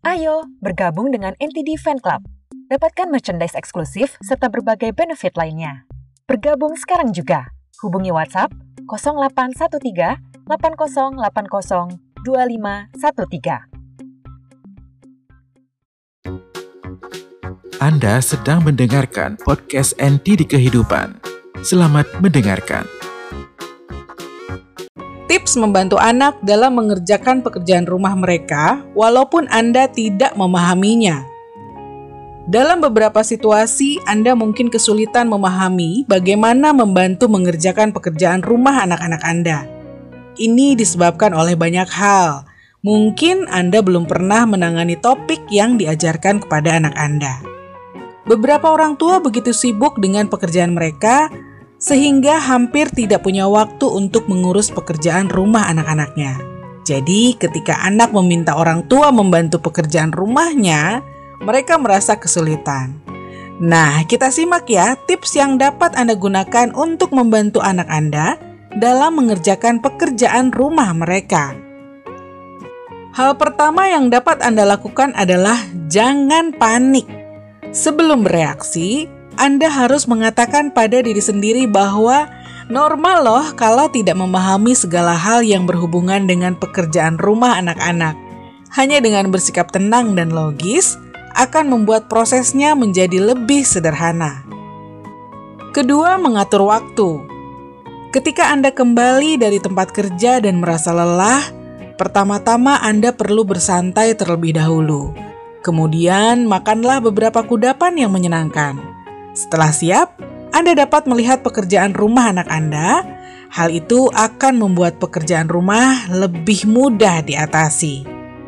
Ayo bergabung dengan NTD Fan Club. Dapatkan merchandise eksklusif serta berbagai benefit lainnya. Bergabung sekarang juga. Hubungi WhatsApp 0813 8080 2513. Anda sedang mendengarkan podcast NTD Kehidupan. Selamat mendengarkan. Tips membantu anak dalam mengerjakan pekerjaan rumah mereka walaupun Anda tidak memahaminya. Dalam beberapa situasi, Anda mungkin kesulitan memahami bagaimana membantu mengerjakan pekerjaan rumah anak-anak Anda. Ini disebabkan oleh banyak hal. Mungkin Anda belum pernah menangani topik yang diajarkan kepada anak Anda. Beberapa orang tua begitu sibuk dengan pekerjaan mereka, sehingga hampir tidak punya waktu untuk mengurus pekerjaan rumah anak-anaknya. Jadi, ketika anak meminta orang tua membantu pekerjaan rumahnya, mereka merasa kesulitan. Nah, kita simak ya tips yang dapat Anda gunakan untuk membantu anak Anda dalam mengerjakan pekerjaan rumah mereka. Hal pertama yang dapat Anda lakukan adalah jangan panik. Sebelum bereaksi, Anda harus mengatakan pada diri sendiri bahwa normal loh kalau tidak memahami segala hal yang berhubungan dengan pekerjaan rumah anak-anak. Hanya dengan bersikap tenang dan logis akan membuat prosesnya menjadi lebih sederhana. Kedua, mengatur waktu. Ketika Anda kembali dari tempat kerja dan merasa lelah, pertama-tama Anda perlu bersantai terlebih dahulu. Kemudian, makanlah beberapa kudapan yang menyenangkan. Setelah siap, Anda dapat melihat pekerjaan rumah anak Anda. Hal itu akan membuat pekerjaan rumah lebih mudah diatasi.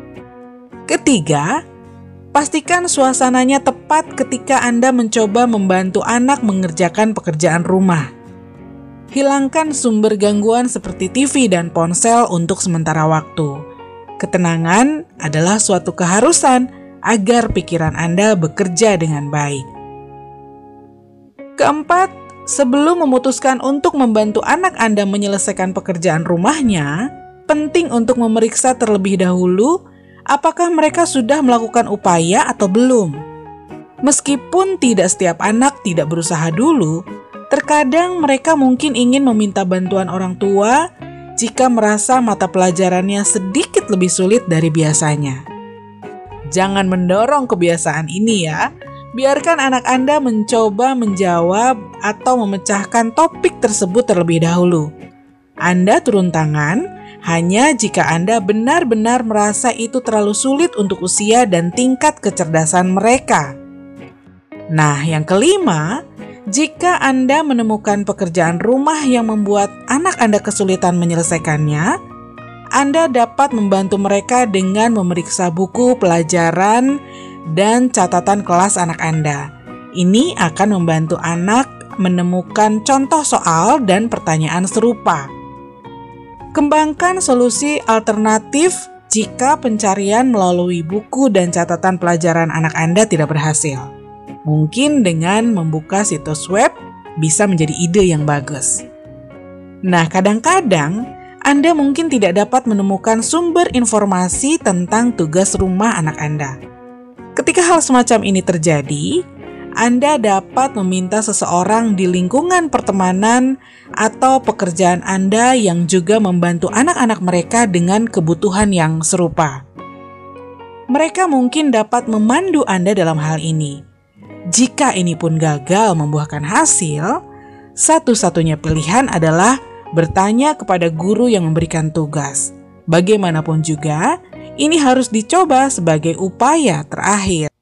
Ketiga, pastikan suasananya tepat ketika Anda mencoba membantu anak mengerjakan pekerjaan rumah. Hilangkan sumber gangguan seperti TV dan ponsel untuk sementara waktu. Ketenangan adalah suatu keharusan agar pikiran Anda bekerja dengan baik. Keempat, sebelum memutuskan untuk membantu anak Anda menyelesaikan pekerjaan rumahnya, penting untuk memeriksa terlebih dahulu apakah mereka sudah melakukan upaya atau belum. Meskipun tidak setiap anak tidak berusaha dulu, terkadang mereka mungkin ingin meminta bantuan orang tua jika merasa mata pelajarannya sedikit lebih sulit dari biasanya. Jangan mendorong kebiasaan ini ya. Biarkan anak Anda mencoba menjawab atau memecahkan topik tersebut terlebih dahulu. Anda turun tangan hanya jika Anda benar-benar merasa itu terlalu sulit untuk usia dan tingkat kecerdasan mereka. Nah, yang kelima, jika Anda menemukan pekerjaan rumah yang membuat anak Anda kesulitan menyelesaikannya, Anda dapat membantu mereka dengan memeriksa buku pelajaran dan catatan kelas anak Anda. Ini akan membantu anak menemukan contoh soal dan pertanyaan serupa. Kembangkan solusi alternatif jika pencarian melalui buku dan catatan pelajaran anak Anda tidak berhasil. Mungkin dengan membuka situs web bisa menjadi ide yang bagus. Nah, kadang-kadang Anda mungkin tidak dapat menemukan sumber informasi tentang tugas rumah anak Anda. Ketika hal semacam ini terjadi, Anda dapat meminta seseorang di lingkungan pertemanan atau pekerjaan Anda yang juga membantu anak-anak mereka dengan kebutuhan yang serupa. Mereka mungkin dapat memandu Anda dalam hal ini. Jika ini pun gagal membuahkan hasil, satu-satunya pilihan adalah bertanya kepada guru yang memberikan tugas. Bagaimanapun juga, ini harus dicoba sebagai upaya terakhir.